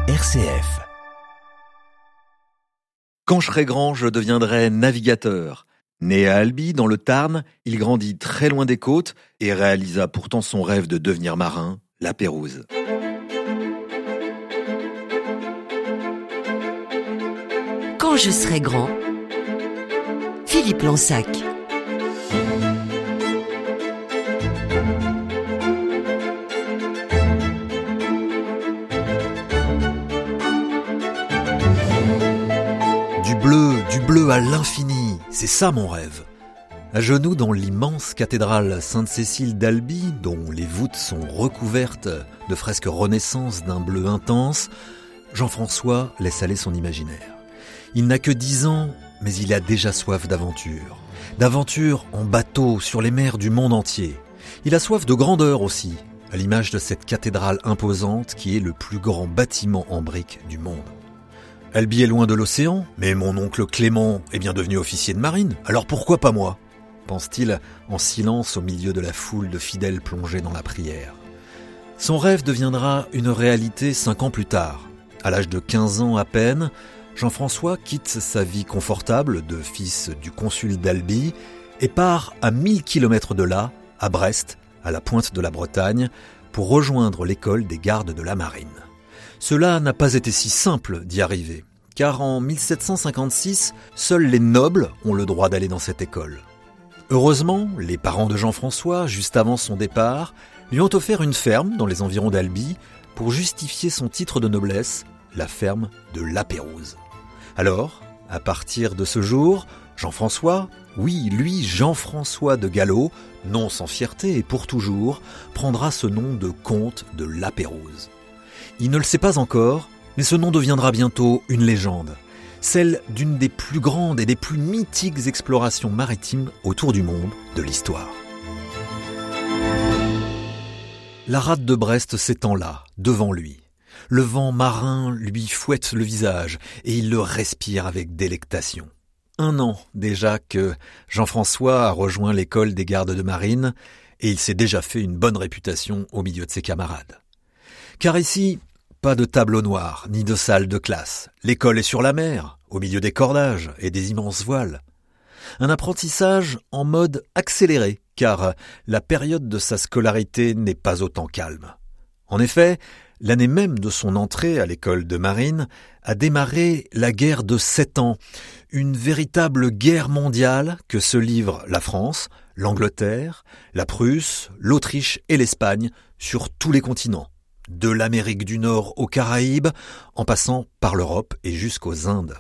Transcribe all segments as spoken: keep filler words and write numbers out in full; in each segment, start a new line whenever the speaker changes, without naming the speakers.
R C F. Quand je serai grand, je deviendrai navigateur. Né à Albi, dans le Tarn, il grandit très loin des côtes et réalisa pourtant son rêve de devenir marin, la Pérouse.
Quand je serai grand, Philippe Lansac.
Du bleu, du bleu à l'infini, c'est ça mon rêve. À genoux dans l'immense cathédrale Sainte-Cécile d'Albi, dont les voûtes sont recouvertes de fresques Renaissance d'un bleu intense, Jean-François laisse aller son imaginaire. Il n'a que dix ans, mais il a déjà soif d'aventure. D'aventure en bateau sur les mers du monde entier. Il a soif de grandeur aussi, à l'image de cette cathédrale imposante qui est le plus grand bâtiment en briques du monde. Albi est loin de l'océan, mais mon oncle Clément est bien devenu officier de marine, alors pourquoi pas moi ? Pense-t-il en silence au milieu de la foule de fidèles plongés dans la prière. Son rêve deviendra une réalité cinq ans plus tard. À l'âge de quinze ans à peine, Jean-François quitte sa vie confortable de fils du consul d'Albi et part à mille kilomètres de là, à Brest, à la pointe de la Bretagne, pour rejoindre l'école des gardes de la marine. Cela n'a pas été si simple d'y arriver, car en mille sept cent cinquante-six, seuls les nobles ont le droit d'aller dans cette école. Heureusement, les parents de Jean-François, juste avant son départ, lui ont offert une ferme dans les environs d'Albi pour justifier son titre de noblesse, la ferme de la Pérouse. Alors, à partir de ce jour, Jean-François, oui, lui, Jean-François de Gallo, non sans fierté et pour toujours, prendra ce nom de comte de la Pérouse. Il ne le sait pas encore, mais ce nom deviendra bientôt une légende, celle d'une des plus grandes et des plus mythiques explorations maritimes autour du monde de l'histoire. La rade de Brest s'étend là, devant lui. Le vent marin lui fouette le visage et il le respire avec délectation. Un an déjà que Jean-François a rejoint l'école des gardes de marine et il s'est déjà fait une bonne réputation au milieu de ses camarades. Car ici, pas de tableau noir, ni de salle de classe. L'école est sur la mer, au milieu des cordages et des immenses voiles. Un apprentissage en mode accéléré, car la période de sa scolarité n'est pas autant calme. En effet, l'année même de son entrée à l'école de marine a démarré la guerre de sept ans, une véritable guerre mondiale que se livrent la France, l'Angleterre, la Prusse, l'Autriche et l'Espagne sur tous les continents. De l'Amérique du Nord aux Caraïbes, en passant par l'Europe et jusqu'aux Indes.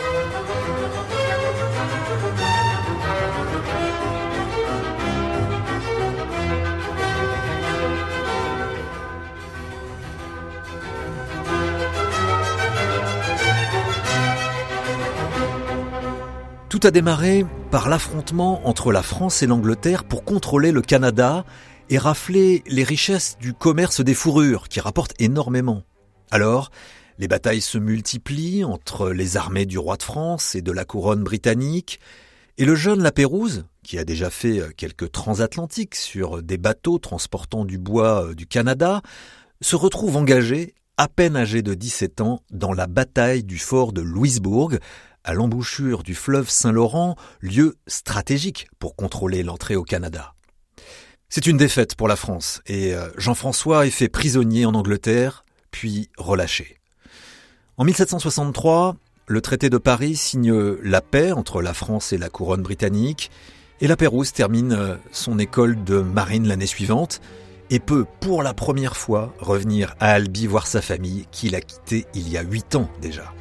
Tout a démarré par l'affrontement entre la France et l'Angleterre pour contrôler le Canada et rafler les richesses du commerce des fourrures, qui rapportent énormément. Alors, les batailles se multiplient entre les armées du roi de France et de la couronne britannique, et le jeune La Pérouse, qui a déjà fait quelques transatlantiques sur des bateaux transportant du bois du Canada, se retrouve engagé, à peine âgé de dix-sept ans, dans la bataille du fort de Louisbourg, à l'embouchure du fleuve Saint-Laurent, lieu stratégique pour contrôler l'entrée au Canada. C'est une défaite pour la France et Jean-François est fait prisonnier en Angleterre, puis relâché. En mille sept cent soixante-trois, le traité de Paris signe la paix entre la France et la couronne britannique et La Pérouse termine son école de marine l'année suivante et peut pour la première fois revenir à Albi voir sa famille qu'il a quittée il y a huit ans déjà.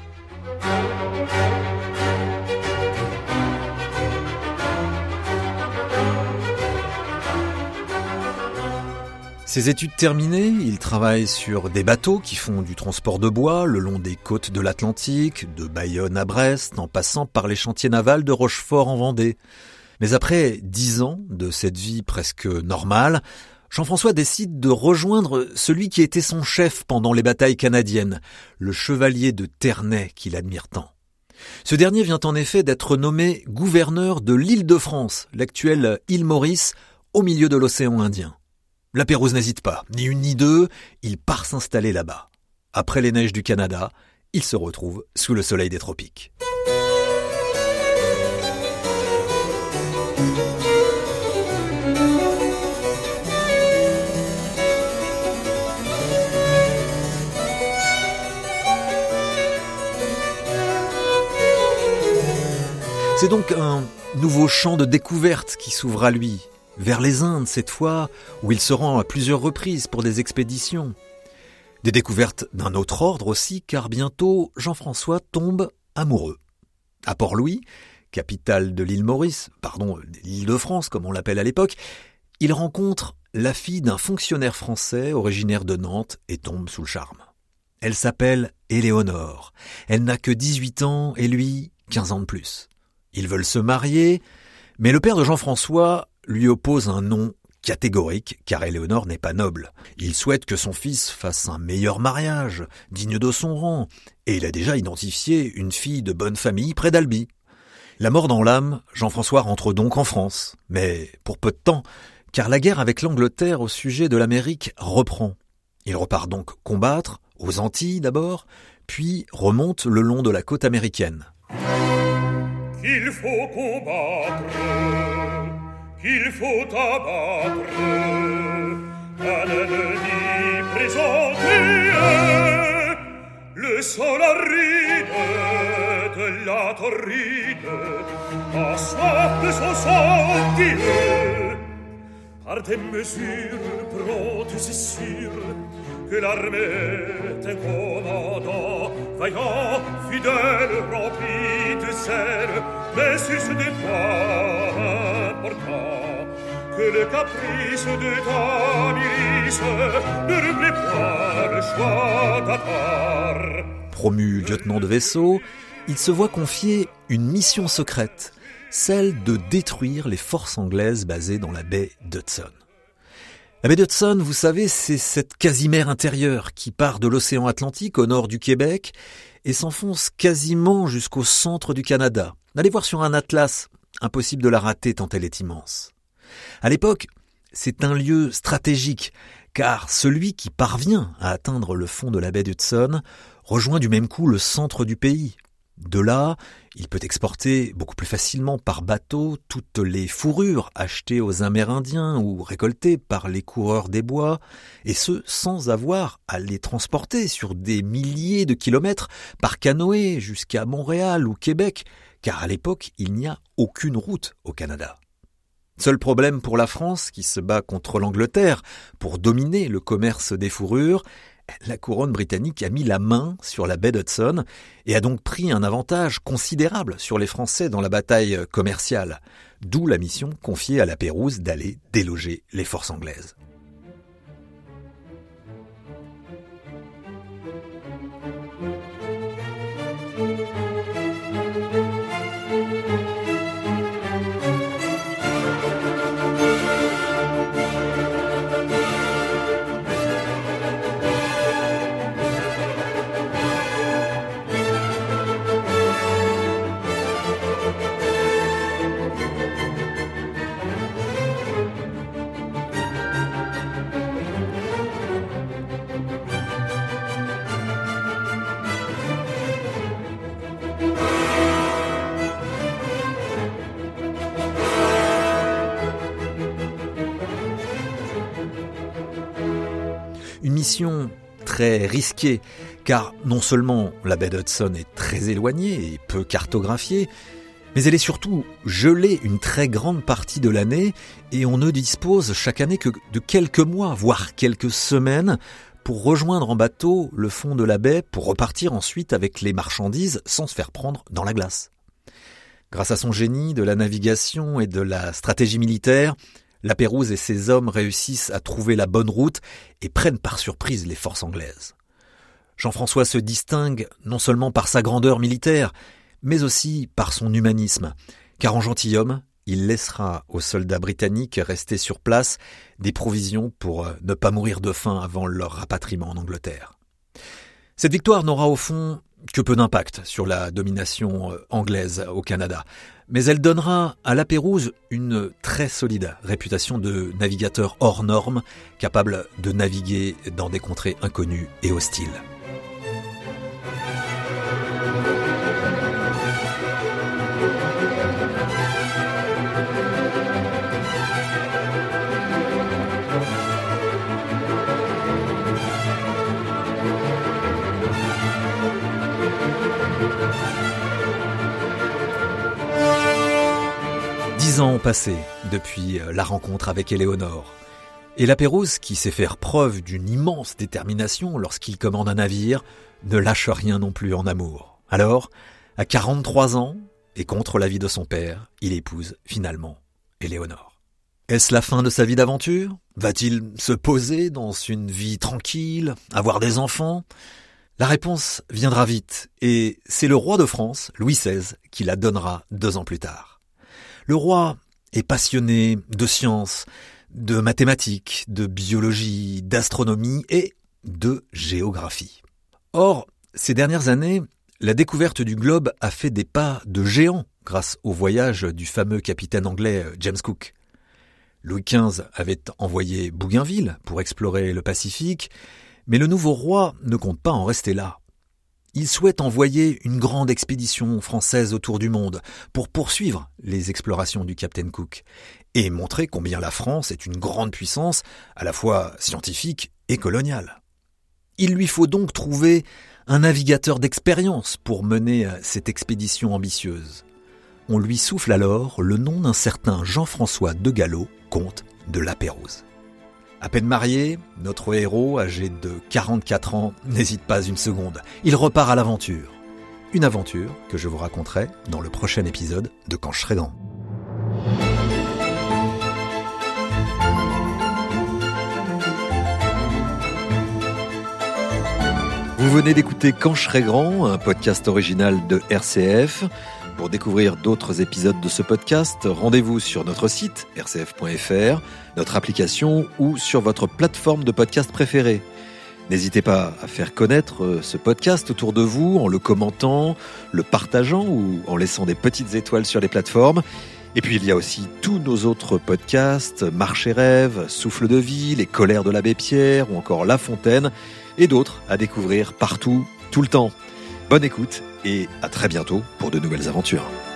Ses études terminées, il travaille sur des bateaux qui font du transport de bois le long des côtes de l'Atlantique, de Bayonne à Brest, en passant par les chantiers navals de Rochefort en Vendée. Mais après dix ans de cette vie presque normale, Jean-François décide de rejoindre celui qui était son chef pendant les batailles canadiennes, le chevalier de Ternay qu'il admire tant. Ce dernier vient en effet d'être nommé gouverneur de l'île de France, l'actuelle île Maurice, au milieu de l'océan Indien. La Pérouse n'hésite pas, ni une ni deux, il part s'installer là-bas. Après les neiges du Canada, il se retrouve sous le soleil des tropiques. C'est donc un nouveau champ de découverte qui s'ouvre à lui, vers les Indes cette fois, où il se rend à plusieurs reprises pour des expéditions. Des découvertes d'un autre ordre aussi, car bientôt Jean-François tombe amoureux. À Port-Louis, capitale de l'île Maurice, pardon, l'île de France comme on l'appelle à l'époque, il rencontre la fille d'un fonctionnaire français originaire de Nantes et tombe sous le charme. Elle s'appelle Éléonore. Elle n'a que dix-huit ans et lui, quinze ans de plus. Ils veulent se marier, mais le père de Jean-François lui oppose un non catégorique, car Éléonore n'est pas noble. Il souhaite que son fils fasse un meilleur mariage, digne de son rang, et il a déjà identifié une fille de bonne famille près d'Albi. La mort dans l'âme, Jean-François rentre donc en France, mais pour peu de temps, car la guerre avec l'Angleterre au sujet de l'Amérique reprend. Il repart donc combattre, aux Antilles d'abord, puis remonte le long de la côte américaine.
Qu'il faut combattre, qu'il faut abattre, à l'ennemi présenté, le sol aride de la torride, a soif de son sang Dieu, par des mesures promptes et sûres, que l'armée des commandants, vaillant, fidèle, rempli de zèle, mais sur ce départ important, que le caprice de ta milice ne remet pas le choix d'attendre.
Promu lieutenant de vaisseau, il se voit confier une mission secrète, celle de détruire les forces anglaises basées dans la baie d'Hudson. La baie d'Hudson, vous savez, c'est cette quasi-mer intérieure qui part de l'océan Atlantique au nord du Québec et s'enfonce quasiment jusqu'au centre du Canada. Allez voir sur un atlas, impossible de la rater tant elle est immense. À l'époque, c'est un lieu stratégique, car celui qui parvient à atteindre le fond de la baie d'Hudson rejoint du même coup le centre du pays. De là, il peut exporter beaucoup plus facilement par bateau toutes les fourrures achetées aux Amérindiens ou récoltées par les coureurs des bois, et ce sans avoir à les transporter sur des milliers de kilomètres par canoë jusqu'à Montréal ou Québec, car à l'époque il n'y a aucune route au Canada. Seul problème pour la France, qui se bat contre l'Angleterre pour dominer le commerce des fourrures, la couronne britannique a mis la main sur la baie d'Hudson et a donc pris un avantage considérable sur les Français dans la bataille commerciale, d'où la mission confiée à la Pérouse d'aller déloger les forces anglaises. Une mission très risquée, car non seulement la baie d'Hudson est très éloignée et peu cartographiée, mais elle est surtout gelée une très grande partie de l'année et on ne dispose chaque année que de quelques mois, voire quelques semaines, pour rejoindre en bateau le fond de la baie pour repartir ensuite avec les marchandises sans se faire prendre dans la glace. Grâce à son génie de la navigation et de la stratégie militaire, la Pérouse et ses hommes réussissent à trouver la bonne route et prennent par surprise les forces anglaises. Jean-François se distingue non seulement par sa grandeur militaire, mais aussi par son humanisme, car en gentilhomme, il laissera aux soldats britanniques restés sur place des provisions pour ne pas mourir de faim avant leur rapatriement en Angleterre. Cette victoire n'aura au fond que peu d'impact sur la domination anglaise au Canada, mais elle donnera à la Pérouse une très solide réputation de navigateur hors norme, capable de naviguer dans des contrées inconnues et hostiles. Dix ans ont passé depuis la rencontre avec Éléonore. Et la Pérouse, qui sait faire preuve d'une immense détermination lorsqu'il commande un navire, ne lâche rien non plus en amour. Alors, à quarante-trois ans, et contre l'avis de son père, il épouse finalement Éléonore. Est-ce la fin de sa vie d'aventure ? Va-t-il se poser dans une vie tranquille, avoir des enfants ? La réponse viendra vite, et c'est le roi de France, Louis seize, qui la donnera deux ans plus tard. Le roi est passionné de sciences, de mathématiques, de biologie, d'astronomie et de géographie. Or, ces dernières années, la découverte du globe a fait des pas de géant grâce au voyage du fameux capitaine anglais James Cook. Louis quinze avait envoyé Bougainville pour explorer le Pacifique, mais le nouveau roi ne compte pas en rester là. Il souhaite envoyer une grande expédition française autour du monde pour poursuivre les explorations du capitaine Cook et montrer combien la France est une grande puissance à la fois scientifique et coloniale. Il lui faut donc trouver un navigateur d'expérience pour mener cette expédition ambitieuse. On lui souffle alors le nom d'un certain Jean-François de Gallo, comte de La Pérouse. À peine marié, notre héros, âgé de quarante-quatre ans, n'hésite pas une seconde. Il repart à l'aventure. Une aventure que je vous raconterai dans le prochain épisode de Quand je serai grand. Vous venez d'écouter Quand je serai grand, un podcast original de R C F. Pour découvrir d'autres épisodes de ce podcast, rendez-vous sur notre site r c f point f r, notre application ou sur votre plateforme de podcast préférée. N'hésitez pas à faire connaître ce podcast autour de vous en le commentant, le partageant ou en laissant des petites étoiles sur les plateformes. Et puis il y a aussi tous nos autres podcasts, Marche et Rêve, Souffle de vie, Les colères de l'abbé Pierre ou encore La Fontaine et d'autres à découvrir partout, tout le temps. Bonne écoute et à très bientôt pour de nouvelles aventures.